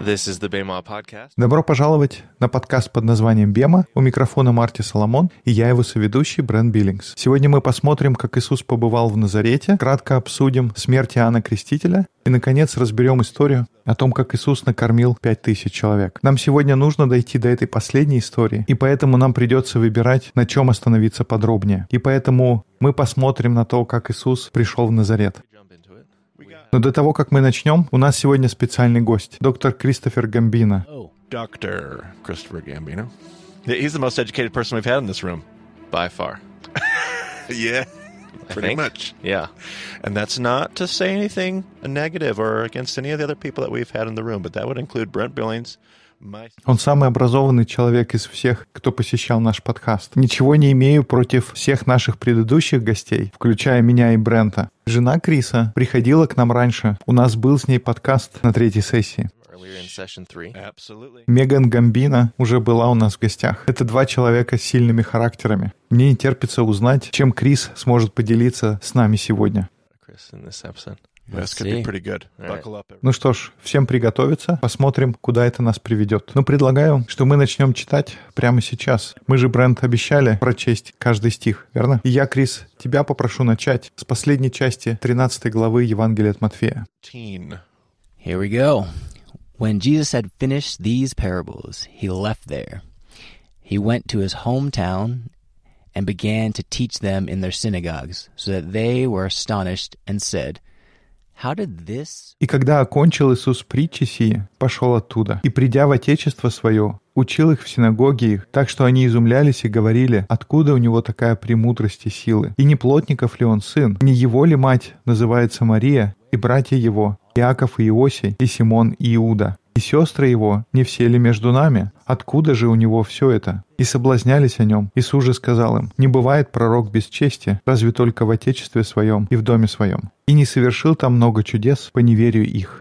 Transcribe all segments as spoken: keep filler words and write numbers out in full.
This is the Bema Podcast. Добро пожаловать на подкаст под названием «Бема». У микрофона Марти Соломон, и я его соведущий Брент Биллингс. Сегодня мы посмотрим, как Иисус побывал в Назарете, кратко обсудим смерть Иоанна Крестителя и, наконец, разберем историю о том, как Иисус накормил пять тысяч человек. Нам сегодня нужно дойти до этой последней истории, и поэтому нам придется выбирать, на чем остановиться подробнее. И поэтому мы посмотрим на то, как Иисус пришел в Назарет. Но до того, как мы начнем, у нас сегодня специальный гость, доктор Кристофер Гамбино. Oh, Doctor Christopher Gambino. He's the most educated person we've had in this room. By far. Yeah, I pretty think. much. Yeah. And that's not to say anything negative or against any of the other people that we've had in the room, but that would include Brent Billings. My... Он самый образованный человек из всех, кто посещал наш подкаст. Ничего не имею против всех наших предыдущих гостей, включая меня и Брента. Жена Криса приходила к нам раньше. У нас был с ней подкаст на третьей сессии. Меган Гамбино уже была у нас в гостях. Это два человека с сильными характерами. Мне не терпится узнать, чем Крис сможет поделиться с нами сегодня. That's gonna be pretty good. Buckle up. Ну что ж, всем приготовиться, посмотрим, куда это нас приведет. Ну, предлагаю, что мы начнем читать прямо сейчас. Мы же, Брент, обещали прочесть каждый стих, верно? И я, Крис, тебя попрошу начать с последней части тринадцатой главы Евангелия от Матфея. Teen. Here we go. When Jesus had finished these parables, he left there. He went to his hometown and began to teach them in their synagogues, so that they were astonished and said, How did this... «И когда окончил Иисус притчи сии, пошел оттуда, и, придя в Отечество свое, учил их в синагоге их, так что они изумлялись и говорили, откуда у него такая премудрость и силы. И не плотников ли он сын, не его ли мать называется Мария, и братья его, Иаков и Иосий, и Симон и Иуда, и сестры его, не все ли между нами? Откуда же у него все это?» И соблазнялись о нем. Иисус же сказал им, «Не бывает пророк без чести, разве только в Отечестве своем и в доме своем». И не совершил там много чудес по неверию их.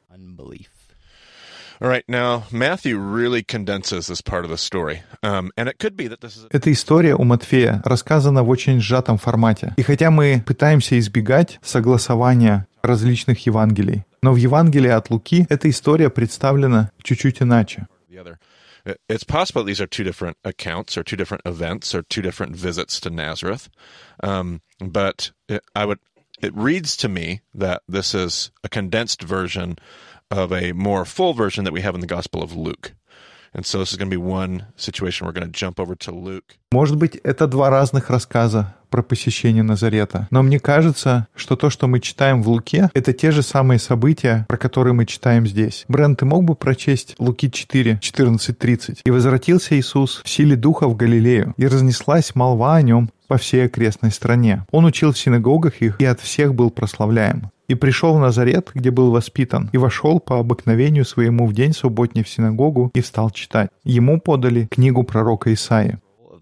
All right, now Matthew really condenses this part of the story, um, and it could be that this is. Эта история у Матфея рассказана в очень сжатом формате. И хотя мы пытаемся избегать согласования различных Евангелий, но в Евангелии от Луки эта история представлена чуть-чуть иначе. It's possible these are two different accounts or two different events or two different visits to Nazareth, um, but it, I would. It reads to me that this is a condensed version of a more full version that we have in the Gospel of Luke. And so this is going to be one situation. We're going to jump over to Luke. Может быть, это два разных рассказа про посещение Назарета. Но мне кажется, что то, что мы читаем в Луке, это те же самые события, про которые мы читаем здесь. Брент, ты мог бы прочесть Луки четыре, четырнадцать тридцать? «И возвратился Иисус в силе Духа в Галилею, и разнеслась молва о нем по всей окрестной стране. Он учил в синагогах их, и от всех был прославляем. И пришел в Назарет, где был воспитан, и вошел по обыкновению своему в день субботний в синагогу и встал читать. Ему подали книгу пророка Исаии».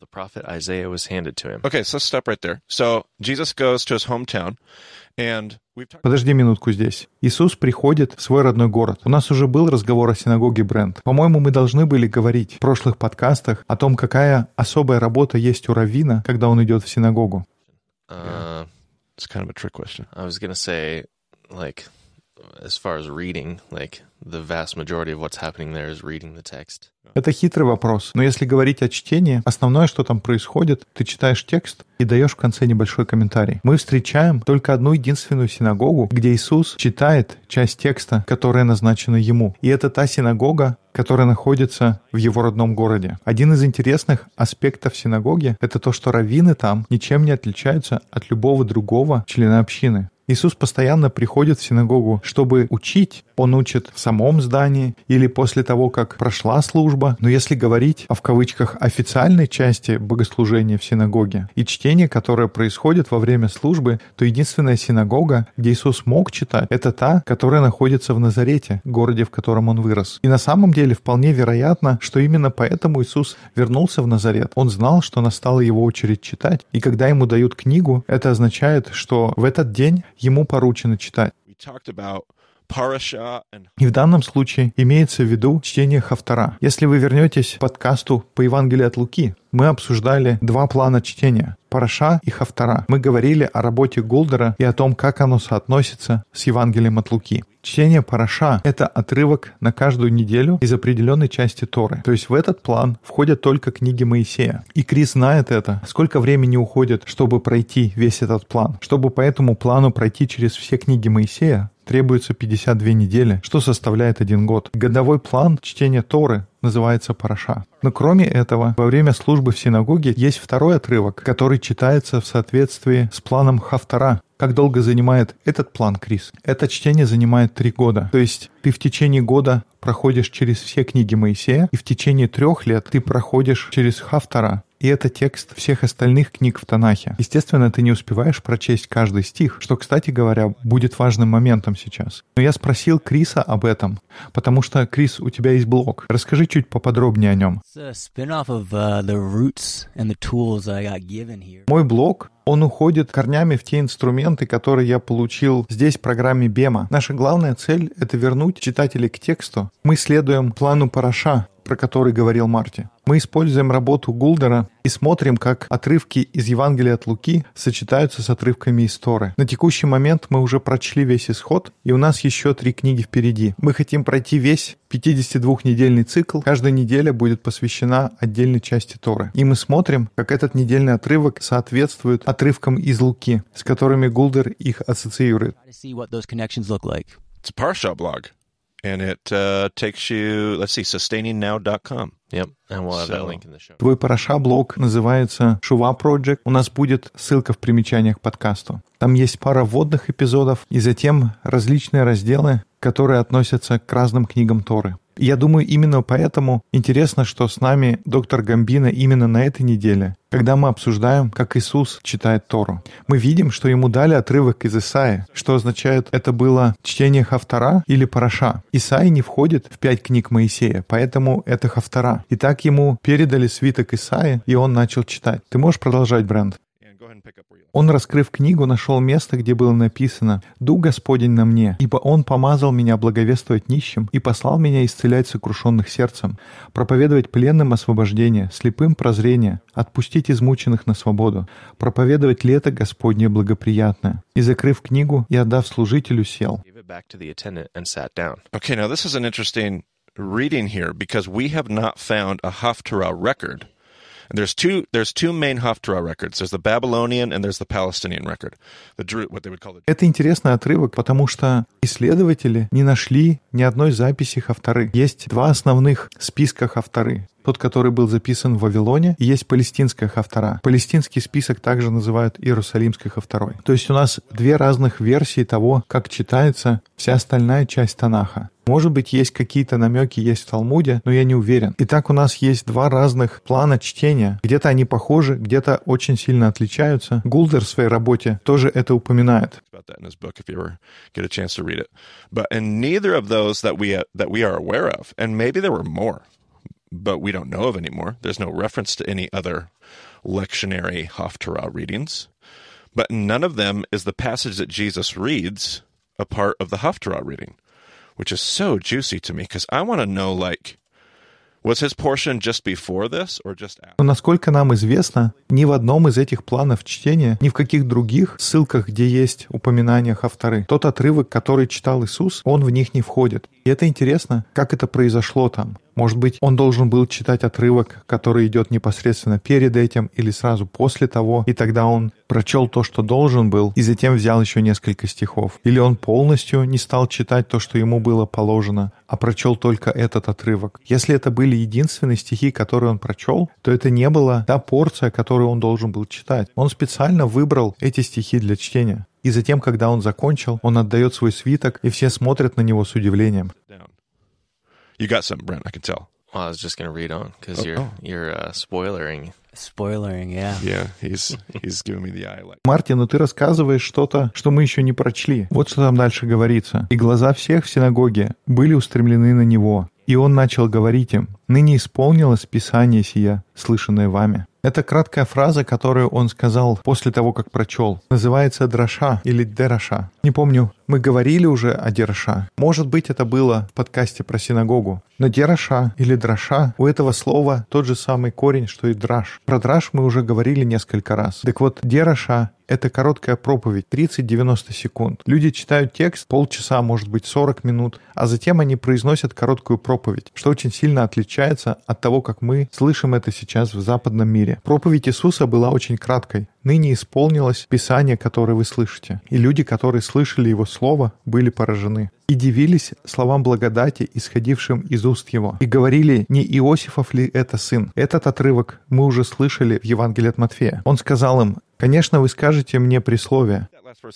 Okay, so let's stop right there. So Jesus goes to his hometown, and we've talked... Подожди минутку здесь. Иисус приходит в свой родной город. У нас уже был разговор о синагоге, Брент. По-моему, мы должны были говорить в прошлых подкастах о том, какая особая работа есть у раввина, когда он идет в синагогу. Uh, It's kind of a trick question. I was gonna say, like, as far as reading, like, the vast majority of what's happening there is reading the text. Это хитрый вопрос, но если говорить о чтении, основное, что там происходит, ты читаешь текст и даешь в конце небольшой комментарий. Мы встречаем только одну единственную синагогу, где Иисус читает часть текста, которая назначена ему. И это та синагога, которая находится в его родном городе. Один из интересных аспектов синагоги — это то, что раввины там ничем не отличаются от любого другого члена общины. Иисус постоянно приходит в синагогу, чтобы учить. Он учит в самом здании или после того, как прошла служба. Но если говорить о, в кавычках, официальной части богослужения в синагоге и чтение, которое происходит во время службы, то единственная синагога, где Иисус мог читать, это та, которая находится в Назарете, городе, в котором он вырос. И на самом деле вполне вероятно, что именно поэтому Иисус вернулся в Назарет. Он знал, что настала его очередь читать. И когда ему дают книгу, это означает, что в этот день ему поручено читать. parasha and И в данном случае имеется в виду чтение Хафтара. Если вы вернетесь к подкасту по Евангелию от Луки, мы обсуждали два плана чтения – Параша и Хафтара. Мы говорили о работе Гулдера и о том, как оно соотносится с Евангелием от Луки. Чтение Параша – это отрывок на каждую неделю из определенной части Торы. То есть в этот план входят только книги Моисея. И Крис знает это. Сколько времени уходит, чтобы пройти весь этот план? Чтобы по этому плану пройти через все книги Моисея, требуется пятьдесят две недели, что составляет один год. Годовой план чтения Торы называется Параша. Но кроме этого, во время службы в синагоге есть второй отрывок, который читается в соответствии с планом Хафтара. Как долго занимает этот план, Крис? Это чтение занимает три года. То есть ты в течение года проходишь через все книги Моисея, и в течение трех лет ты проходишь через Хафтара. И это текст всех остальных книг в Танахе. Естественно, ты не успеваешь прочесть каждый стих, что, кстати говоря, будет важным моментом сейчас. Но я спросил Криса об этом, потому что, Крис, у тебя есть блог. Расскажи чуть поподробнее о нем. Мой блог, он уходит корнями в те инструменты, которые я получил здесь в программе Бема. Наша главная цель — это вернуть читателей к тексту. Мы следуем плану Параша, про который говорил Марти. Мы используем работу Гулдера и смотрим, как отрывки из Евангелия от Луки сочетаются с отрывками из Торы. На текущий момент мы уже прочли весь исход, и у нас еще три книги впереди. Мы хотим пройти весь пятидесятидвухнедельный цикл. Каждая неделя будет посвящена отдельной части Торы. И мы смотрим, как этот недельный отрывок соответствует отрывкам из Луки, с которыми Гулдер их ассоциирует. it's a Parsha blog. And it uh, takes you, let's see, sustaining now dot com. Yep, and we'll have So- that link in the show. Твой Параша-блог называется Шува Project. У нас будет ссылка в примечаниях к подкасту. Там есть пара вводных эпизодов и затем различные разделы, которые относятся к разным книгам Торы. Я думаю, именно поэтому интересно, что с нами доктор Гамбино именно на этой неделе, когда мы обсуждаем, как Иисус читает Тору. Мы видим, что ему дали отрывок из Исаии, что означает, это было чтение Хафтара или Параша. Исаия не входит в пять книг Моисея, поэтому это Хафтара. И так ему передали свиток Исаии, и он начал читать. Ты можешь продолжать, Брент? And go ahead and pick up where you left. Он, раскрыв книгу, нашел место, где было написано «Дух Господень на мне, ибо Он помазал меня благовествовать нищим и послал меня исцелять сокрушенных сердцем, проповедовать пленным освобождение, слепым прозрение, отпустить измученных на свободу, проповедовать лето Господне благоприятное». И, закрыв книгу и отдав служителю, сел. Gave it back to the attendant and sat down. Okay, now this is an interesting reading here because we have not found a Haftarah record. And there's two there's two main Haftarah records. There's the Babylonian and there's the Palestinian record. The Jeru- what they would call the Это интересный отрывок, потому что исследователи не нашли ни одной записи Хафтары. Есть два основных списка Хафтары. Тот, который был записан в Вавилоне, и есть палестинская Хафтара. Палестинский список также называют Иерусалимской Хафтарой. То есть у нас две разных версии того, как читается вся остальная часть Танаха. Может быть, есть какие-то намеки, есть в Талмуде, но я не уверен. Итак, у нас есть два разных плана чтения. Где-то они похожи, где-то очень сильно отличаются. Гулдер в своей работе тоже это упоминает. about that in his book if you ever get a chance to read it. But in neither of those that we uh, that we are aware of, and maybe there were more, but we don't know of anymore. There's no reference to any other lectionary Haftarah readings. But in none of them is the passage that Jesus reads a part of the Haftarah reading, which is so juicy to me because I want to know, like, was his portion just before this or just after? Но, насколько нам известно, ни в одном из этих планов чтения, ни в каких других ссылках, где есть упоминание Хафтары, тот отрывок, который читал Иисус, он в них не входит. И это интересно, как это произошло там. Может быть, он должен был читать отрывок, который идет непосредственно перед этим или сразу после того, и тогда он прочел то, что должен был, и затем взял еще несколько стихов. Или он полностью не стал читать то, что ему было положено, а прочел только этот отрывок. Если это были единственные стихи, которые он прочел, то это не была та порция, которую он должен был читать. Он специально выбрал эти стихи для чтения. И затем, когда он закончил, он отдает свой свиток, и все смотрят на него с удивлением. Down. You got something, Brent, I can tell. Well, I was just going to read on because Oh, you're oh. you're uh, spoilering. Spoilering, yeah. Yeah, he's he's giving me the eye like. Мартин, ну ты рассказываешь что-то, что мы еще не прочли. Вот что там дальше говорится. «И глаза всех в синагоге были устремлены на него. И он начал говорить им: «Ныне исполнилось Писание сия, слышанное вами». Это краткая фраза, которую он сказал после того, как прочел. Называется драша или дераша. Не помню, мы говорили уже о дераша. Может быть, это было в подкасте про синагогу. Но дераша или драша, у этого слова тот же самый корень, что и драш. Про драш мы уже говорили несколько раз. Так вот, дераша — это короткая проповедь, тридцать-девяносто секунд. Люди читают текст полчаса, может быть, сорок минут, а затем они произносят короткую проповедь, что очень сильно отличается от того, как мы слышим это сейчас в западном мире. Проповедь Иисуса была очень краткой. Ныне исполнилось Писание, которое вы слышите. И люди, которые слышали Его Слово, были поражены. И дивились словам благодати, исходившим из уст Его. И говорили, не Иосифов ли это сын? Этот отрывок мы уже слышали в Евангелии от Матфея. Он сказал им: «Конечно, вы скажете мне присловие».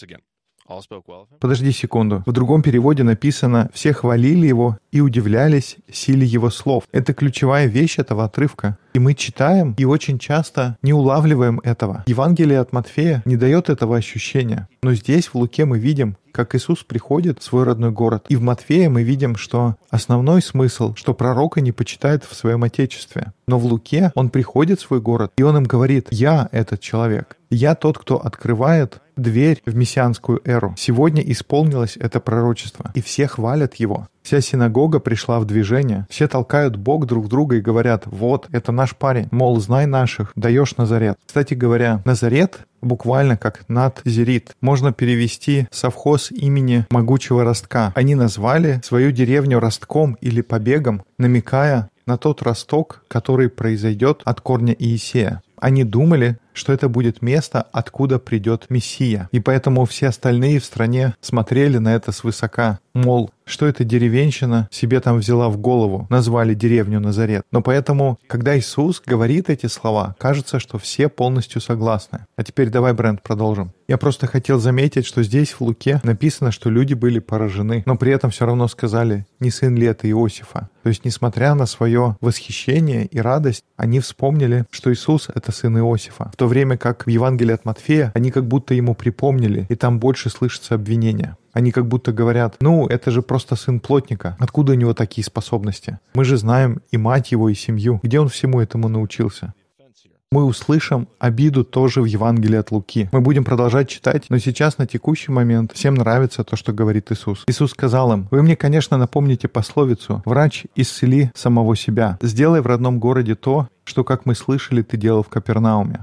Подожди секунду. В другом переводе написано: «Все хвалили Его и удивлялись силе Его слов». Это ключевая вещь этого отрывка. И мы читаем и очень часто не улавливаем этого. Евангелие от Матфея не дает этого ощущения. Но здесь, в Луке, мы видим, как Иисус приходит в свой родной город. И в Матфея мы видим, что основной смысл, что пророка не почитают в своем отечестве. Но в Луке он приходит в свой город, и он им говорит: «Я этот человек. Я тот, кто открывает дверь в мессианскую эру. Сегодня исполнилось это пророчество». И все хвалят его. Вся синагога пришла в движение. Все толкают бок друг друга и говорят: «Вот, это наш парень. Мол, знай наших, даешь Назарет». Кстати говоря, Назарет буквально как Нат-Зерит. Можно перевести совхоз имени могучего ростка. Они назвали свою деревню ростком или побегом, намекая на тот росток, который произойдет от корня Иисея. Они думали, что это будет место, откуда придет Мессия. И поэтому все остальные в стране смотрели на это свысока. Мол, что эта деревенщина себе там взяла в голову, назвали деревню Назарет. Но поэтому, когда Иисус говорит эти слова, кажется, что все полностью согласны. А теперь давай, Брент, продолжим. Я просто хотел заметить, что здесь в Луке написано, что люди были поражены, но при этом все равно сказали: не сын ли это Иосифа? То есть, несмотря на свое восхищение и радость, они вспомнили, что Иисус — это сын Иосифа. В то время как в Евангелии от Матфея они как будто ему припомнили, и там больше слышится обвинения. Они как будто говорят: ну, это же просто сын плотника. Откуда у него такие способности? Мы же знаем и мать его, и семью. Где он всему этому научился? Мы услышим обиду тоже в Евангелии от Луки. Мы будем продолжать читать, но сейчас, на текущий момент, всем нравится то, что говорит Иисус. Иисус сказал им: «Вы мне, конечно, напомните пословицу: врач, исцели самого себя. Сделай в родном городе то, что, как мы слышали, ты делал в Капернауме».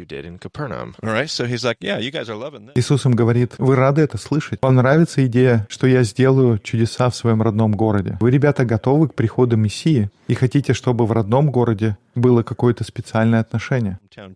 Иисус им говорит: вы рады это слышать? Вам нравится идея, что я сделаю чудеса в своем родном городе? Вы, ребята, готовы к приходу Мессии и хотите, чтобы в родном городе было какое-то специальное отношение?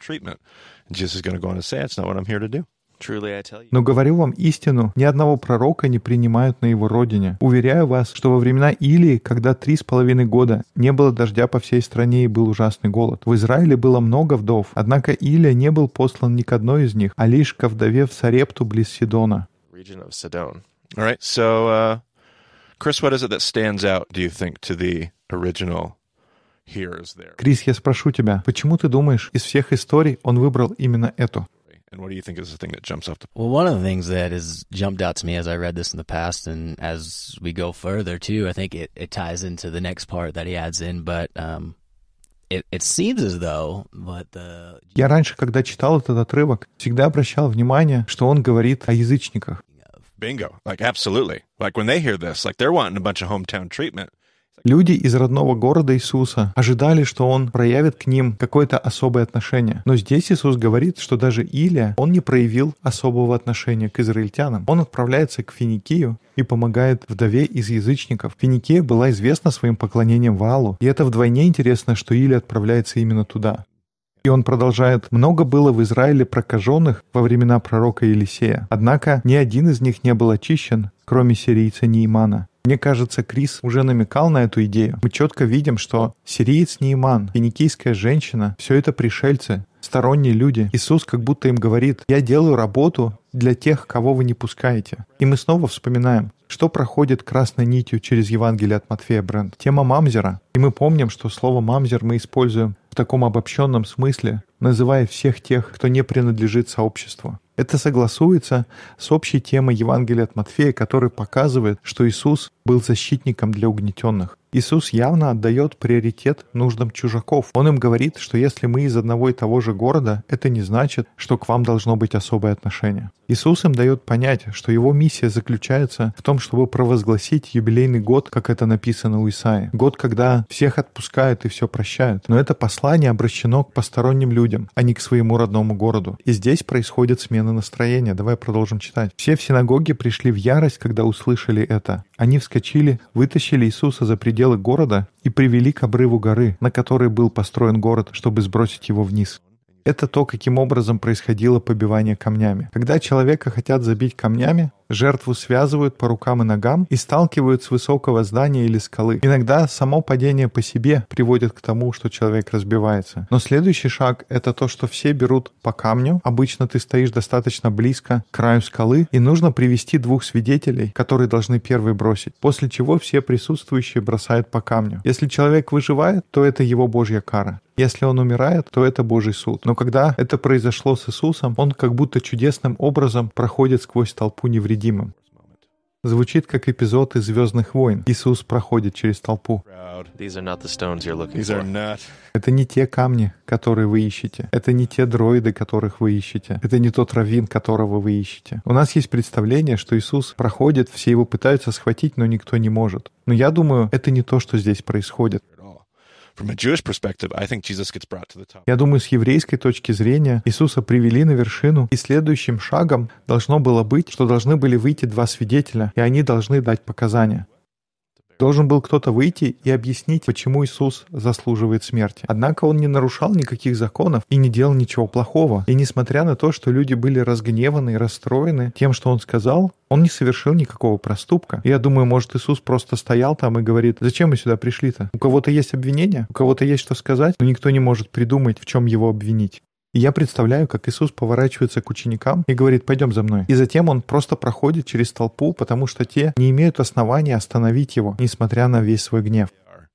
Но говорю вам истину, ни одного пророка не принимают на его родине. Уверяю вас, что во времена Илии, когда три с половиной года не было дождя по всей стране и был ужасный голод, в Израиле было много вдов, однако Илия не был послан ни к одной из них, а лишь ко вдове в Сарепту близ Сидона. All right, so, uh, Chris, what is it that stands out, do you think, to the original hearers there? Крис, я спрошу тебя, почему ты думаешь, из всех историй он выбрал именно эту? And what do you think is the thing that jumps up? To- well, one of the things that has jumped out to me as I read this in the past, and as we go further too, I think it, it ties into the next part that he adds in, but um, it, it seems as though but the... Я раньше, когда читал этот отрывок, всегда обращал внимание, что он говорит о язычниках. Bingo. Like, absolutely. Like, when they hear this, like, they're wanting a bunch of hometown treatment. Люди из родного города Иисуса ожидали, что Он проявит к ним какое-то особое отношение. Но здесь Иисус говорит, что даже Илия, он не проявил особого отношения к израильтянам. Он отправляется к Финикию и помогает вдове из язычников. Финикия была известна своим поклонением Ваалу, и это вдвойне интересно, что Илия отправляется именно туда. И он продолжает: «Много было в Израиле прокаженных во времена пророка Елисея, однако ни один из них не был очищен, кроме сирийца Неимана». Мне кажется, Крис уже намекал на эту идею. Мы четко видим, что сириец Неиман, финикийская женщина, все это пришельцы, сторонние люди. Иисус как будто им говорит: «Я делаю работу для тех, кого вы не пускаете». И мы снова вспоминаем, что проходит красной нитью через Евангелие от Матфея, Брент. Тема мамзера. И мы помним, что слово «мамзер» мы используем в таком обобщенном смысле, называя всех тех, кто не принадлежит сообществу. Это согласуется с общей темой Евангелия от Матфея, который показывает, что Иисус был защитником для угнетенных. Иисус явно отдает приоритет нуждам чужаков. Он им говорит, что если мы из одного и того же города, это не значит, что к вам должно быть особое отношение. Иисус им дает понять, что его миссия заключается в том, чтобы провозгласить юбилейный год, как это написано у Исаии. Год, когда всех отпускают и все прощают. Но это послание обращено к посторонним людям, а не к своему родному городу. И здесь происходит смена настроения. Давай продолжим читать. Все в синагоге пришли в ярость, когда услышали это. Они вскочили, вытащили Иисуса за пределы города и привели к обрыву горы, на которой был построен город, чтобы сбросить его вниз. Это то, каким образом происходило побивание камнями. Когда человека хотят забить камнями, жертву связывают по рукам и ногам и сталкивают с высокого здания или скалы. Иногда само падение по себе приводит к тому, что человек разбивается. Но следующий шаг — это то, что все берут по камню. Обычно ты стоишь достаточно близко к краю скалы, и нужно привести двух свидетелей, которые должны первый бросить. После чего все присутствующие бросают по камню. Если человек выживает, то это его Божья кара. Если он умирает, то это Божий суд. Но когда это произошло с Иисусом, он как будто чудесным образом проходит сквозь толпу невредимым. Звучит как эпизод из «Звездных войн». Иисус проходит через толпу. These are not the stones you're looking These are for. not. Это не те камни, которые вы ищете. Это не те дроиды, которых вы ищете. Это не тот раввин, которого вы ищете. У нас есть представление, что Иисус проходит, все его пытаются схватить, но никто не может. Но я думаю, это не то, что здесь происходит. From a Jewish perspective, I think Jesus gets brought to the top. Я думаю, с еврейской точки зрения Иисуса привели на вершину, и следующим шагом должно было быть, что должны были выйти два свидетеля, и они должны дать показания. Должен был кто-то выйти и объяснить, почему Иисус заслуживает смерти. Однако он не нарушал никаких законов и не делал ничего плохого. И несмотря на то, что люди были разгневаны и расстроены тем, что он сказал, он не совершил никакого проступка. И я думаю, может, Иисус просто стоял там и говорит: зачем мы сюда пришли-то? У кого-то есть обвинение, у кого-то есть что сказать, но никто не может придумать, в чем его обвинить. И я представляю, как Иисус поворачивается к ученикам и говорит: пойдем за мной. И затем он просто проходит через толпу, потому что те не имеют основания остановить его, несмотря на весь свой гнев.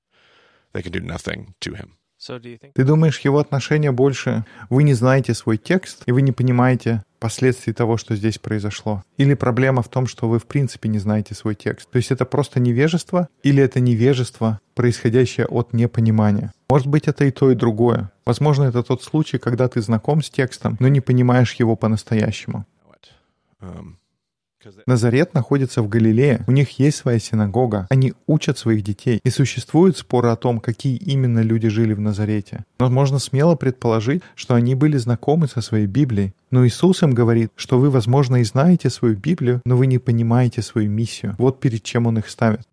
They can do nothing to him. So do you think Ты думаешь, его отношение больше: вы не знаете свой текст, и вы не понимаете последствий того, что здесь произошло? Или проблема в том, что вы в принципе не знаете свой текст? То есть это просто невежество, или это невежество, происходящее от непонимания? Может быть, это и то, и другое. Возможно, это тот случай, когда ты знаком с текстом, но не понимаешь его по-настоящему. Um, 'cause they- Назарет находится в Галилее, у них есть своя синагога, они учат своих детей, и существуют споры о том, какие именно люди жили в Назарете. Но можно смело предположить, что они были знакомы со своей Библией. Но Иисус им говорит, что вы, возможно, и знаете свою Библию, но вы не понимаете свою миссию. Вот перед чем Он их ставит.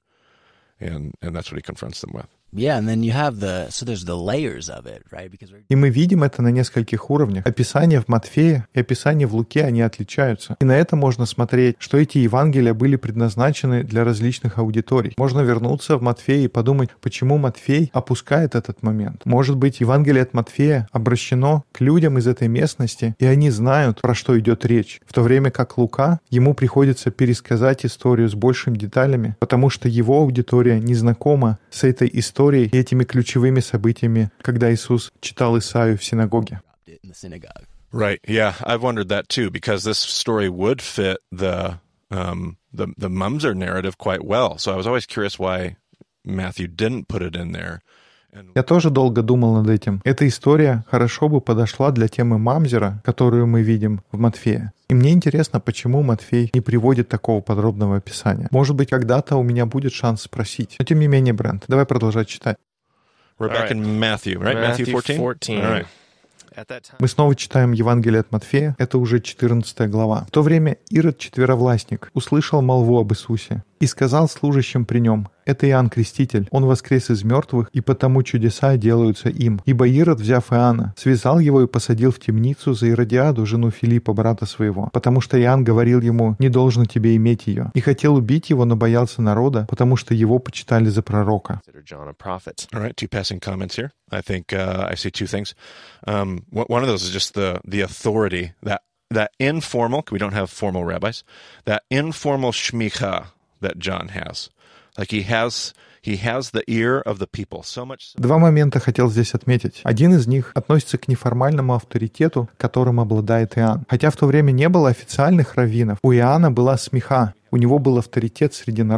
and and that's what he confronts them with. Yeah, and then you have the, so there's the layers of it, right? Because we're И мы видим это на нескольких уровнях. Описания в Матфея и описания в Луке, они отличаются. И на это можно смотреть, что эти Евангелия были предназначены для различных аудиторий. Можно вернуться в Матфея и подумать, почему Матфей опускает этот момент. Может быть, Евангелие от Матфея обращено к людям из этой местности, и они знают, про что идет речь. В то время как Лука, ему приходится пересказать историю с большими деталями, потому что его аудитория не знакома с этой историей и этими ключевыми событиями, когда Иисус читал Исаию в синагоге. in the synagogue. Right. Yeah, I've wondered that too, because this story would fit the um, the the Mumser narrative quite well. So I was always curious why Matthew didn't put it in there. And Я тоже долго думал над этим. Эта история хорошо бы подошла для темы Мамзера, которую мы видим в Матфея. И мне интересно, почему Матфей не приводит такого подробного описания. Может быть, когда-то у меня будет шанс спросить. Но тем не менее, Брент, давай продолжать читать. we're back All right. in Matthew, right? Matthew fourteen. fourteen. All right. At that time, Мы снова читаем Евангелие от Матфея, это уже четырнадцатая глава. В то время Ирод Четверовластник услышал молву об Иисусе и сказал служащим при нем: «Это Иоанн Креститель, он воскрес из мертвых, и потому чудеса делаются им». Ибо Ирод, взяв Иоанна, связал его и посадил в темницу за Иродиаду, жену Филиппа, брата своего, потому что Иоанн говорил ему: «Не должно тебе иметь ее». И хотел убить его, но боялся народа, потому что его почитали за пророка. consider John a prophet. All right, two passing comments here. I think uh, I see two things. Um, one one of those is just the the authority, that that informal. We don't have formal rabbis. That informal shmicha that John has, like he has he has the ear of the people so much. So Два момента хотел здесь отметить. Один из них относится к неформальному авторитету, которым обладает Иоанн. Хотя в то время не было официальных раввинов, у Иоанна была смиха, у него был авторитет среди народа.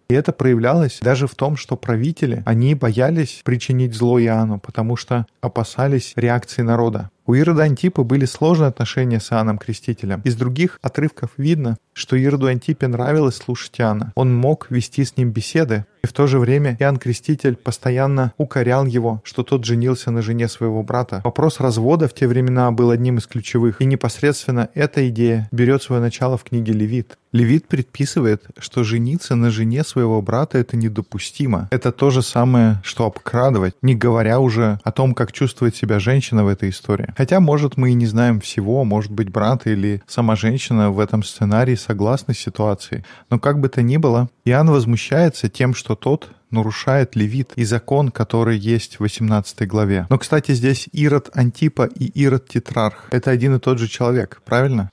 И это проявлялось даже в том, что правители, они боялись причинить зло Иоанну, потому что опасались реакции народа. У Ирода Антипы были сложные отношения с Иоанном Крестителем. Из других отрывков видно, что Ироду Антипе нравилось слушать Иоанна. Он мог вести с ним беседы, и в то же время Иоанн Креститель постоянно укорял его, что тот женился на жене своего брата. Вопрос развода в те времена был одним из ключевых, и непосредственно эта идея берет свое начало в книге Левит. Левит предписывает, что жениться на жене своего брата — это недопустимо. Это то же самое, что обкрадывать, не говоря уже о том, как чувствует себя женщина в этой истории. Хотя, может, мы и не знаем всего, может быть, брат или сама женщина в этом сценарии согласны с ситуацией. Но как бы то ни было, Иоанн возмущается тем, что тот нарушает Левит и закон, который есть в восемнадцатой главе. Но, кстати, здесь Ирод Антипа и Ирод Тетрарх — это один и тот же человек, правильно?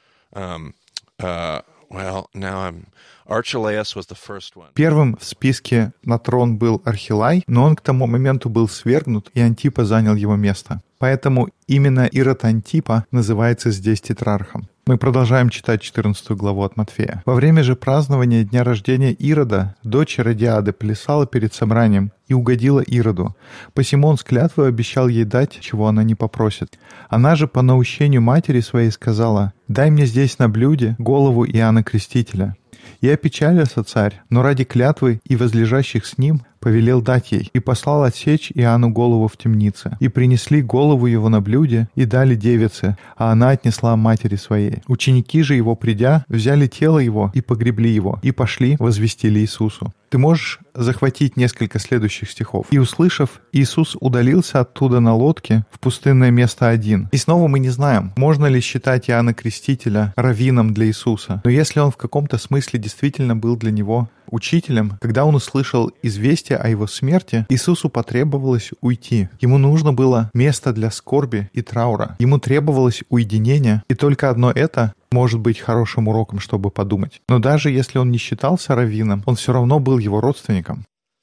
Um, uh, well, now I'm... Archelaus was the first one. Первым в списке на трон был Архилай, но он к тому моменту был свергнут, и Антипа занял его место. Поэтому именно Ирод Антипа называется здесь тетрархом. Мы продолжаем читать четырнадцатую главу от Матфея. «Во время же празднования дня рождения Ирода дочь Иродиады плясала перед собранием и угодила Ироду. Посему он с клятвой обещал ей дать, чего она не попросит. Она же по наущению матери своей сказала: «Дай мне здесь на блюде голову Иоанна Крестителя». И опечалился царь, но ради клятвы и возлежащих с ним повелел дать ей, и послал отсечь Иоанну голову в темнице. И принесли голову его на блюде, и дали девице, а она отнесла матери своей. Ученики же его, придя, взяли тело его и погребли его, и пошли, возвестили Иисусу». Ты можешь захватить несколько следующих стихов. «И, услышав, Иисус удалился оттуда на лодке в пустынное место один». И снова мы не знаем, можно ли считать Иоанна Крестителя раввином для Иисуса. Но если он в каком-то смысле действительно был для него учителем, когда он услышал известие о его смерти, Иисусу потребовалось уйти. Ему нужно было место для скорби и траура. Ему требовалось уединение, и только одно это может быть хорошим уроком, чтобы подумать. Но даже если он не считался раввином, он все равно был его родственником.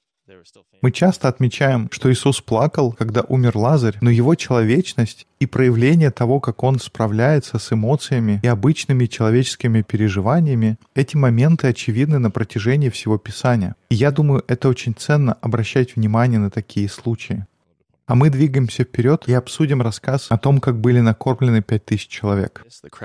Мы часто отмечаем, что Иисус плакал, когда умер Лазарь, но его человечность и проявление того, как он справляется с эмоциями и обычными человеческими переживаниями, эти моменты очевидны на протяжении всего Писания. И я думаю, это очень ценно обращать внимание на такие случаи. А мы двигаемся вперед и обсудим рассказ о том, как были накормлены пять тысяч человек.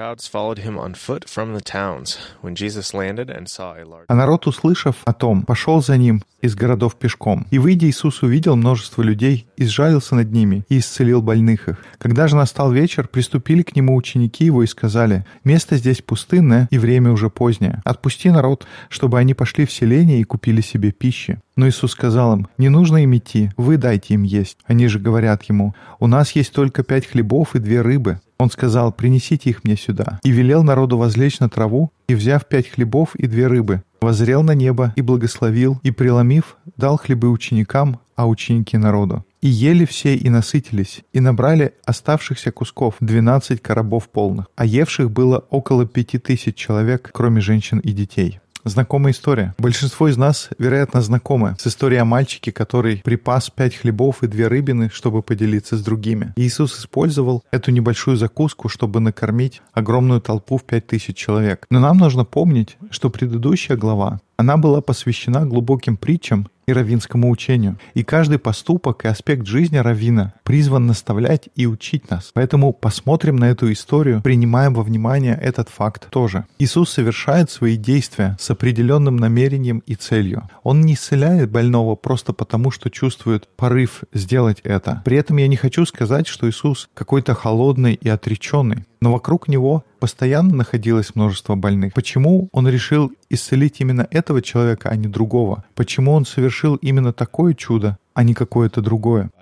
А народ, услышав о том, пошел за ним из городов пешком. И, выйдя, Иисус увидел множество людей и сжалился над ними, и исцелил больных их. Когда же настал вечер, приступили к нему ученики его и сказали: «Место здесь пустынное, и время уже позднее. Отпусти народ, чтобы они пошли в селение и купили себе пищи». Но Иисус сказал им: «Не нужно им идти, вы дайте им есть». Они же говорят ему: «У нас есть только пять хлебов и две рыбы». Он сказал: «Принесите их мне сюда». И велел народу возлечь на траву, и, взяв пять хлебов и две рыбы, воззрел на небо и благословил, и, преломив, дал хлебы ученикам, а ученики народу. И ели все и насытились, и набрали оставшихся кусков двенадцать коробов полных, а евших было около пяти тысяч человек, кроме женщин и детей». Знакомая история. Большинство из нас, вероятно, знакомы с историей о мальчике, который припас пять хлебов и две рыбины, чтобы поделиться с другими. И Иисус использовал эту небольшую закуску, чтобы накормить огромную толпу в пять тысяч человек. Но нам нужно помнить, что предыдущая глава, она была посвящена глубоким притчам и раввинскому учению. И каждый поступок и аспект жизни раввина призван наставлять и учить нас. Поэтому посмотрим на эту историю, принимаем во внимание этот факт тоже. Иисус совершает свои действия с определенным намерением и целью. Он не исцеляет больного просто потому, что чувствует порыв сделать это. При этом я не хочу сказать, что Иисус какой-то холодный и отреченный. Но вокруг него постоянно находилось множество больных. Почему он решил исцелить именно этого человека, а не другого? Почему он совершил именно такое чудо, а не какое-то другое?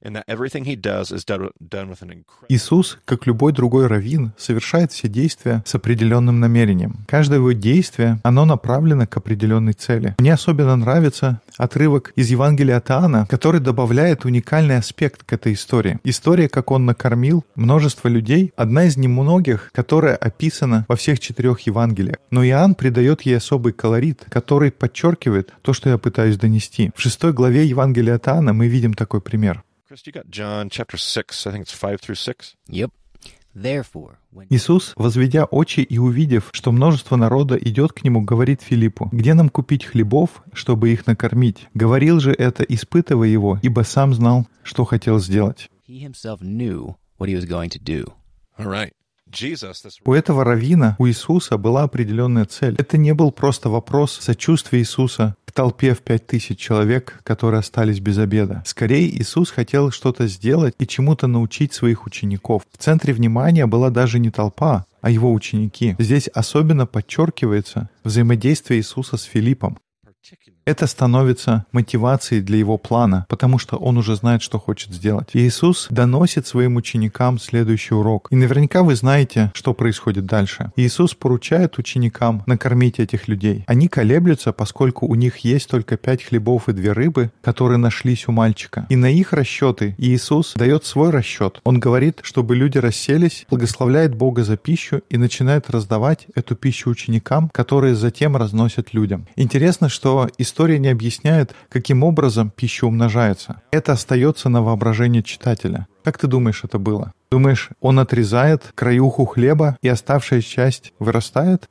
Иисус, как любой другой раввин, совершает все действия с определенным намерением. Каждое его действие, оно направлено к определенной цели. Мне особенно нравится отрывок из Евангелия от Иоанна, который добавляет уникальный аспект к этой истории. История, как он накормил множество людей, одна из немногих, которая описана во всех четырех Евангелиях. Но Иоанн придает ей особый колорит, который подчеркивает то, что я пытаюсь донести. В шестой главе Евангелия от Иоанна мы видим такой пример. Chris, you got John chapter six, I think it's five through six. Yep. Therefore, when Иисус, возведя очи и увидев, что множество народа идет к Нему, говорит Филиппу: «Где нам купить хлебов, чтобы их накормить?» Говорил же это, испытывая Его, ибо сам знал, что хотел сделать. he himself knew what he was going to do. All right. Jesus, this У этого раввина, у Иисуса была определенная цель. Это не был просто вопрос сочувствия Иисуса к толпе в пять тысяч человек, которые остались без обеда. Скорее, Иисус хотел что-то сделать и чему-то научить своих учеников. В центре внимания была даже не толпа, а его ученики. Здесь особенно подчеркивается взаимодействие Иисуса с Филиппом. Это становится мотивацией для его плана, потому что он уже знает, что хочет сделать. И Иисус доносит своим ученикам следующий урок. И наверняка вы знаете, что происходит дальше. Иисус поручает ученикам накормить этих людей. Они колеблются, поскольку у них есть только пять хлебов и две рыбы, которые нашлись у мальчика. И на их расчеты Иисус дает свой расчет. Он говорит, чтобы люди расселись, благословляет Бога за пищу и начинает раздавать эту пищу ученикам, которые затем разносят людям. Интересно, что история не объясняет, каким образом пища умножается. Это остается на воображение читателя. Как ты думаешь, это было? Думаешь, он отрезает краюху хлеба, и оставшаяся часть вырастает?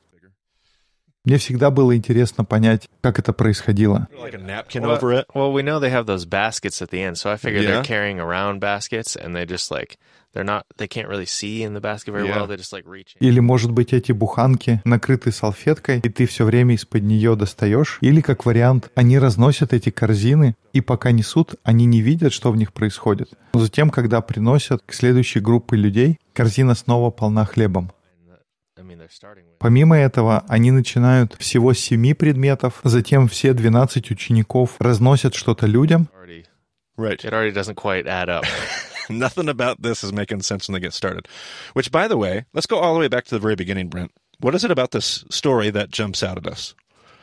Мне всегда было интересно понять, как это происходило. like a napkin Well, over it. well, we know they have those baskets at the end, so I figure Yeah. they're carrying around baskets, and they just like they're not they can't really see in the basket very Yeah. well. They just like reach in. Или, может быть, эти буханки накрыты салфеткой, и ты все время из-под нее достаешь? Или, как вариант, они разносят эти корзины, и пока несут, они не видят, что в них происходит. Но затем, когда приносят к следующей группе людей, корзина снова полна хлебом. I mean, they're starting with Помимо этого, они начинают всего с семи предметов, затем все двенадцать учеников разносят что-то людям. already. Right. It already doesn't quite add up. Nothing about this is making sense when they get started. Which, by the way, let's go all the way back to the very beginning, Brent. What is it about this story that jumps out at us?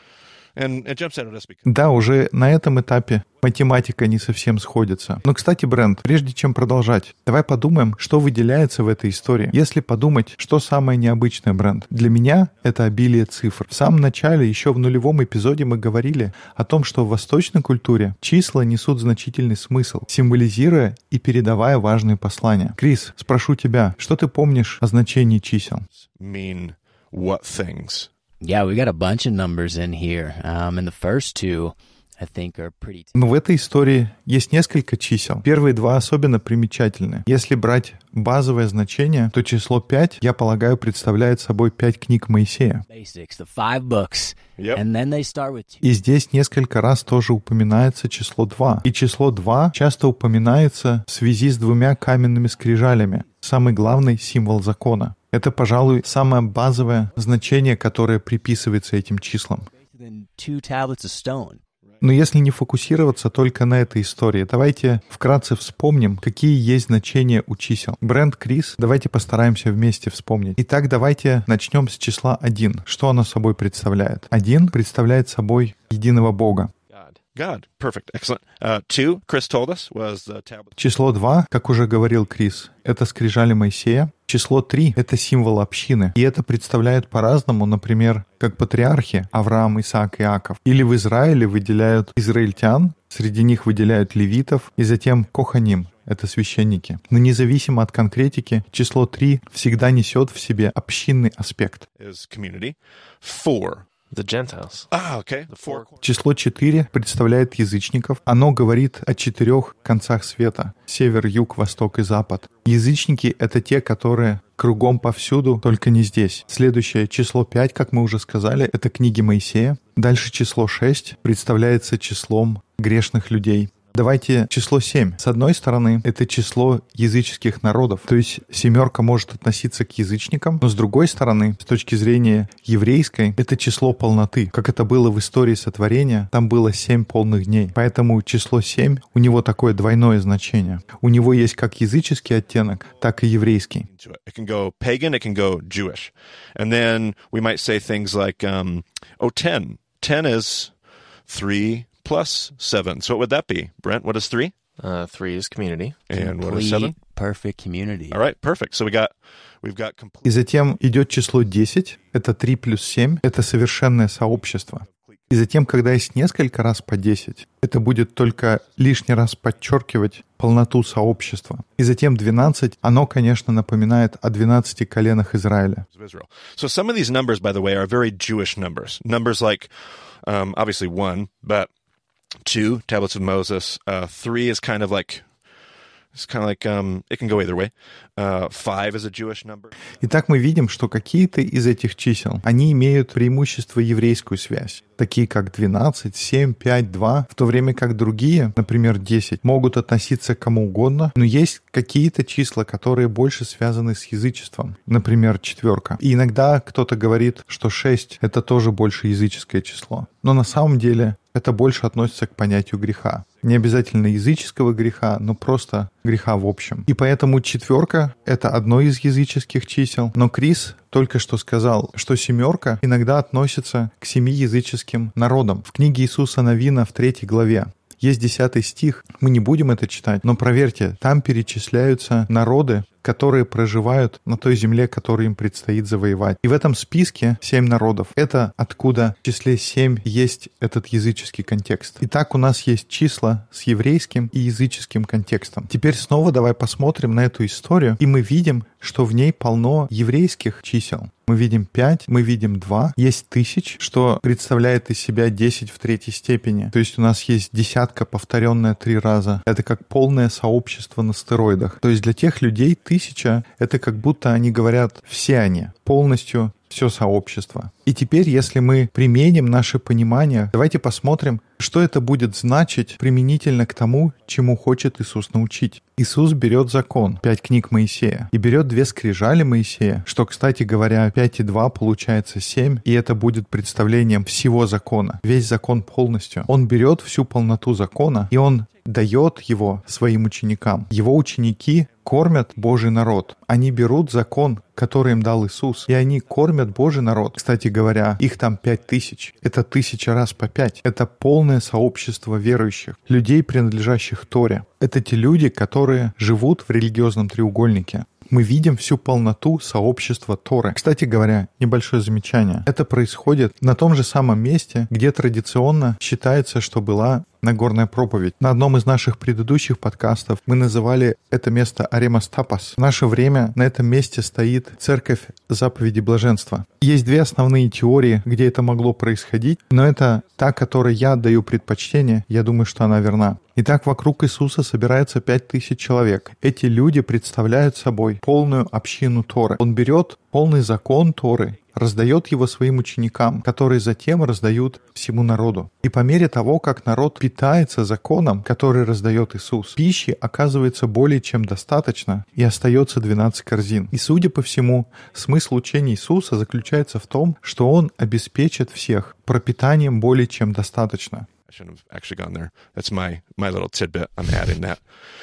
And it jumps out at us because... Да, уже на этом этапе математика не совсем сходится. Но, кстати, Брент, прежде чем продолжать, давай подумаем, что выделяется в этой истории. Если подумать, что самое необычное, Брент, для меня это обилие цифр. В самом начале, еще в нулевом эпизоде мы говорили о том, что в восточной культуре числа несут значительный смысл, символизируя и передавая важные послания. Крис, спрошу тебя, что ты помнишь о значении чисел? mean what things? Yeah, we got a bunch of numbers in here. Um, and the first two, I think, are pretty... Но в этой истории есть несколько чисел. Первые два особенно примечательны. Если брать базовое значение, то число пять, я полагаю, представляет собой пять книг Моисея. Basics, the five books. Yep. And then they start with two. И здесь несколько раз тоже упоминается число два. И число два часто упоминается в связи с двумя каменными скрижалями. Самый главный символ закона. Это, пожалуй, самое базовое значение, которое приписывается этим числам. Then two tablets of stone. Но если не фокусироваться только на этой истории, давайте вкратце вспомним, какие есть значения у чисел. Брент, Крис, давайте постараемся вместе вспомнить. Итак, давайте начнем с числа один. Что оно собой представляет? Один представляет собой единого Бога. God. God. Perfect. Excellent. Uh, two, Chris told us, was the tablet. Число два, как уже говорил Крис, это скрижали Моисея. Число три — это символ общины. И это представляют по-разному, например, как патриархи Авраам, Исаак и Иаков. Или в Израиле выделяют израильтян, среди них выделяют левитов, и затем коханим — это священники. Но независимо от конкретики, число три всегда несет в себе общинный аспект. Is community. Four. The Gentiles. Ah, okay. The four. Число четыре представляет язычников. Оно говорит о четырех концах света — север, юг, восток и запад. Язычники — это те, которые кругом повсюду, только не здесь. Следующее, число пять, как мы уже сказали, это книги Моисея. Дальше число шесть представляется числом грешных людей. Давайте число семь. С одной стороны, это число языческих народов, то есть семерка может относиться к язычникам, но с другой стороны, с точки зрения еврейской, это число полноты. Как это было в истории сотворения, там было семь полных дней. Поэтому число семь, у него такое двойное значение. У него есть как языческий оттенок, так и еврейский. To it. It can go pagan, it can go Jewish. And then we might say things like, um, oh, ten. Ten is three plus seven. So what would that be? Brent, what is three? Uh, three is community. And what is Complete, seven? perfect community. All right, perfect. So we got, we've got complete И затем идет число десять, это три плюс семь, это совершенное сообщество. И затем, когда есть несколько раз по десять, это будет только лишний раз подчеркивать полноту сообщества. И затем двенадцать, оно, конечно, напоминает о двенадцати коленах Израиля. So some of these numbers, by the way, are very Jewish numbers. Numbers like, um, obviously one, but two, tablets of Moses. Uh, three is kind of like, it's kind of like, um, it can go either way. Uh, five is a Jewish number. Итак, мы видим, что какие-то из этих чисел, они имеют преимущество еврейскую связь, такие как двенадцать, семь, пять, два, в то время как другие, например, десять, могут относиться к кому угодно, но есть какие-то числа, которые больше связаны с язычеством, например, четверка. И иногда кто-то говорит, что шесть — это тоже больше языческое число. Но на самом деле это больше относится к понятию греха. Не обязательно языческого греха, но просто греха в общем. И поэтому четверка — это одно из языческих чисел. Но Крис только что сказал, что семерка иногда относится к семи языческим народам. В книге Иисуса Навина в третьей главе есть десятый стих, мы не будем это читать, но проверьте, там перечисляются народы, которые проживают на той земле, которую им предстоит завоевать. И в этом списке семь народов. Это откуда в числе семь есть этот языческий контекст. Итак, у нас есть числа с еврейским и языческим контекстом. Теперь снова давай посмотрим на эту историю, и мы видим, что в ней полно еврейских чисел. Мы видим пять, мы видим два, есть тысяч, что представляет из себя десять в третьей степени. То есть у нас есть десятка, повторенная три раза. Это как полное сообщество на стероидах. То есть для тех людей тысяча — это как будто они говорят «все они», полностью все сообщество. И теперь, если мы применим наше понимание, давайте посмотрим, что это будет значить применительно к тому, чему хочет Иисус научить. Иисус берет закон, пять книг Моисея, и берет две скрижали Моисея, что, кстати говоря, пять и два получается семь, и это будет представлением всего закона, весь закон полностью. Он берет всю полноту закона, и он дает его своим ученикам. Его ученики кормят Божий народ. Они берут закон, который им дал Иисус, и они кормят Божий народ. Кстати говоря, их там пять тысяч. Это тысяча раз по пять. Это полное сообщество верующих, людей, принадлежащих Торе. Это те люди, которые живут в религиозном треугольнике. Мы видим всю полноту сообщества Торы. Кстати говоря, небольшое замечание. Это происходит на том же самом месте, где традиционно считается, что была Нагорная проповедь. На одном из наших предыдущих подкастов мы называли это место Аремастапас. В наше время на этом месте стоит церковь заповеди блаженства. Есть две основные теории, где это могло происходить, но это та, которой я отдаю предпочтение, я думаю, что она верна. Итак, вокруг Иисуса собирается пять тысяч человек. Эти люди представляют собой полную общину Торы. Он берет полный закон Торы, раздает его своим ученикам, которые затем раздают всему народу. И по мере того, как народ питается законом, который раздает Иисус, пищи оказывается более чем достаточно, и остается двенадцать корзин. И, судя по всему, смысл учения Иисуса заключается в том, что Он обеспечит всех пропитанием более чем достаточно. I shouldn't have actually gone there. That's my, my little tidbit. I'm adding that.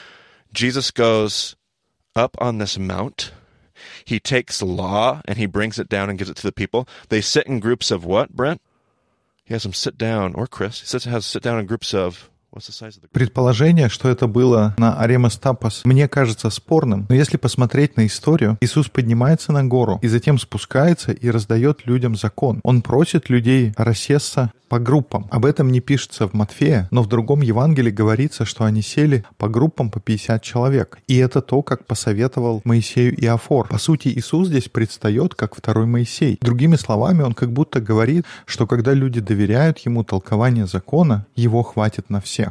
Jesus goes up on this mount. He takes law and he brings it down and gives it to the people. They sit in groups of what, Brent? He has them sit down, or Chris. He says has sit down in groups of... What's the size of the group? Предположение, что это было на Аремастапас, мне кажется спорным, но если посмотреть на историю, Иисус поднимается на гору и затем спускается и раздает людям закон. Он просит людей рассесться по группам. Об этом не пишется в Матфея, но в другом Евангелии говорится, что они сели по группам по пятьдесят человек. И это то, как посоветовал Моисею Иофор. По сути, Иисус здесь предстает как второй Моисей. Другими словами, он как будто говорит, что когда люди доверяют ему толкование закона, его хватит на всех.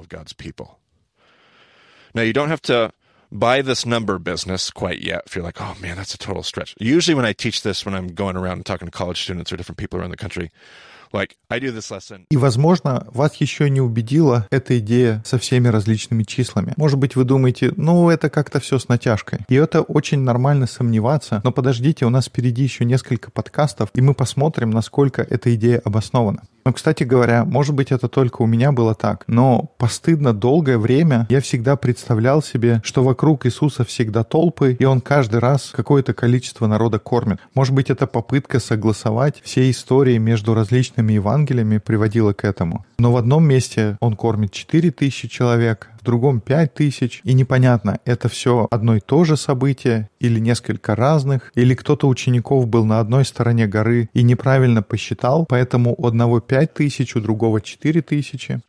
Now, you don't have to buy this number business quite yet if you're like, oh man, that's a total stretch. Usually when I teach this, when I'm going around and talking to college students or different people around the country, like, I do this lesson. И, возможно, вас еще не убедила эта идея со всеми различными числами. Может быть, вы думаете, ну, это как-то все с натяжкой. И это очень нормально сомневаться, но подождите, у нас впереди еще несколько подкастов, и мы посмотрим, насколько эта идея обоснована. Но, кстати говоря, может быть, это только у меня было так, но постыдно долгое время я всегда представлял себе, что вокруг Иисуса всегда толпы, и Он каждый раз какое-то количество народа кормит. Может быть, эта попытка согласовать все истории между различными Евангелиями приводила к этому. Но в одном месте Он кормит четыре тысячи человек, в другом пять тысяч, и непонятно, это все одно и то же событие или несколько разных, или кто-то учеников был на одной стороне горы и неправильно посчитал, поэтому у одного пять тысяч, у другого четыре тысячи.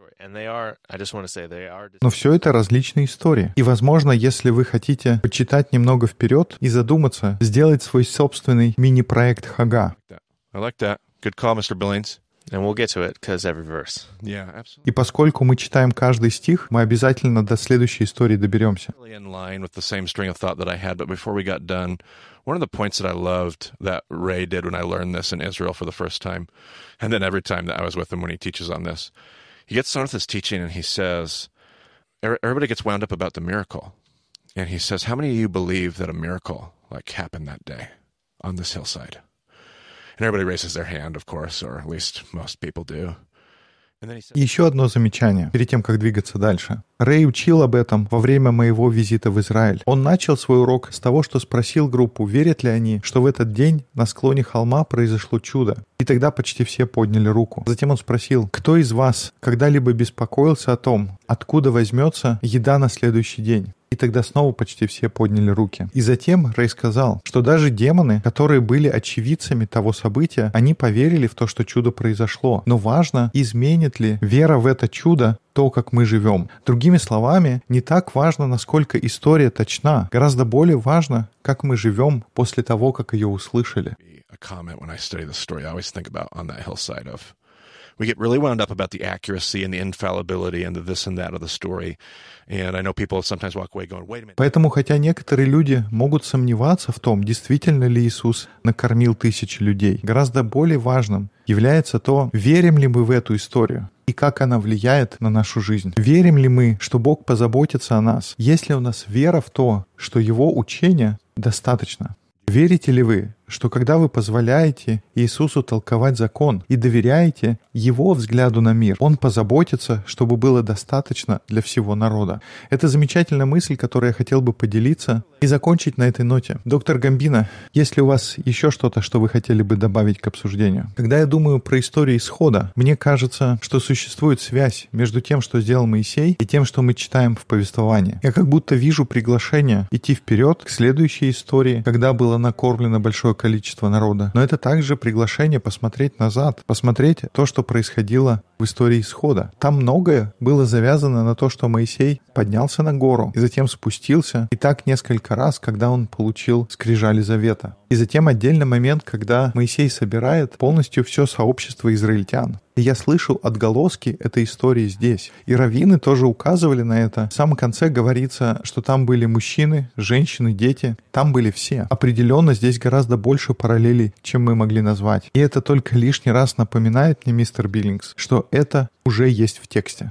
Но все это различные истории. И, возможно, если вы хотите почитать немного вперед и задуматься, сделать свой собственный мини-проект Хагга. I like that. Good call, мистер Billings. And we'll get to it, because every verse. Yeah, absolutely. И поскольку мы читаем каждый стих, мы обязательно до следующей истории доберемся. In line with the same string of thought that I had, but before we got done, one of the points that I loved that Ray did when I learned this in Israel for the first time, and then every time that I was with him when he teaches on this, he gets done with his teaching and he says, everybody gets wound up about the miracle. And he says, how many of you believe that a miracle like happened that day on this hillside? And everybody raises their hand, of course, or at least most people do. And then he says, И еще одно замечание, перед тем, как двигаться дальше. Рэй учил об этом во время моего визита в Израиль. Он начал свой урок с того, что спросил группу, верят ли они, что в этот день на склоне холма произошло чудо. И тогда почти все подняли руку. Затем он спросил, кто из вас когда-либо беспокоился о том, откуда возьмется еда на следующий день? И тогда снова почти все подняли руки. И затем Рэй сказал, что даже демоны, которые были очевидцами того события, они поверили в то, что чудо произошло. Но важно, изменит ли вера в это чудо то, как мы живем. Другими словами, не так важно, насколько история точна. Гораздо более важно, как мы живем после того, как ее услышали. a comment when I study the story I always think about on that hillside of we get really wound up about the accuracy and the infallibility and the this and that of the story. And I know people sometimes walk away going, wait a minute. Поэтому, хотя некоторые люди могут сомневаться в том, действительно ли Иисус накормил тысячи людей, гораздо более важным является то, верим ли мы в эту историю и как она влияет на нашу жизнь. Верим ли мы, что Бог позаботится о нас? Есть ли у нас вера в то, что Его учения достаточно? Верите ли вы, что когда вы позволяете Иисусу толковать закон и доверяете Его взгляду на мир, Он позаботится, чтобы было достаточно для всего народа? Это замечательная мысль, которой я хотел бы поделиться и закончить на этой ноте. Доктор Гамбино, есть ли у вас еще что-то, что вы хотели бы добавить к обсуждению? Когда я думаю про историю исхода, мне кажется, что существует связь между тем, что сделал Моисей, и тем, что мы читаем в повествовании. Я как будто вижу приглашение идти вперед к следующей истории, когда было накормлено большое количество народа. Но это также приглашение посмотреть назад, посмотреть то, что происходило в истории исхода. Там многое было завязано на то, что Моисей поднялся на гору и затем спустился, и так несколько раз, когда он получил скрижали завета. И затем отдельный момент, когда Моисей собирает полностью все сообщество израильтян. И я слышу отголоски этой истории здесь. И раввины тоже указывали на это. В самом конце говорится, что там были мужчины, женщины, дети. Там были все. Определенно здесь гораздо больше параллелей, чем мы могли назвать. И это только лишний раз напоминает мне, мистер Биллингс, что это уже есть в тексте.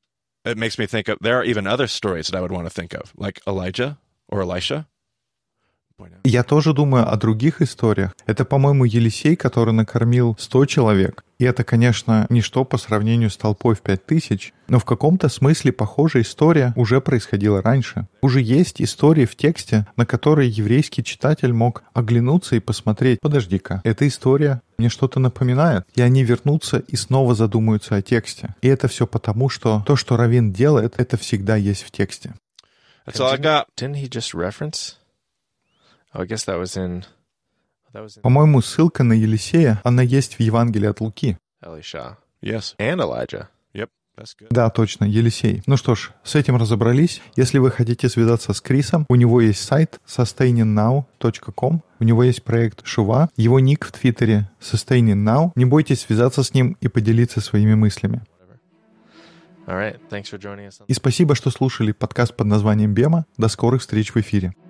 It makes me think of, there are even other stories that I would want to think of, like Elijah or Elisha. Я тоже думаю о других историях. Это, по-моему, Елисей, который накормил сто человек. И это, конечно, ничто по сравнению с толпой в пять тысяч. Но в каком-то смысле похожая история уже происходила раньше. Уже есть истории в тексте, на которые еврейский читатель мог оглянуться и посмотреть. Подожди-ка, эта история мне что-то напоминает. И они вернутся и снова задумаются о тексте. И это все потому, что то, что раввин делает, это всегда есть в тексте. That's all I got. Didn't he just reference? Oh, I guess that was in... That was in По-моему, ссылка на Елисея, она есть в Евангелии от Луки. Elisha. Yes. And Elijah. Yep. That's good. Да, точно, Елисей. Ну что ж, с этим разобрались. Если вы хотите связаться с Крисом, у него есть сайт sustaining now точка com, у него есть проект Шува, его ник в Твиттере Sustaining Now. Не бойтесь связаться с ним и поделиться своими мыслями. All right. Thanks for joining us. И спасибо, что слушали подкаст под названием «Бема». До скорых встреч в эфире.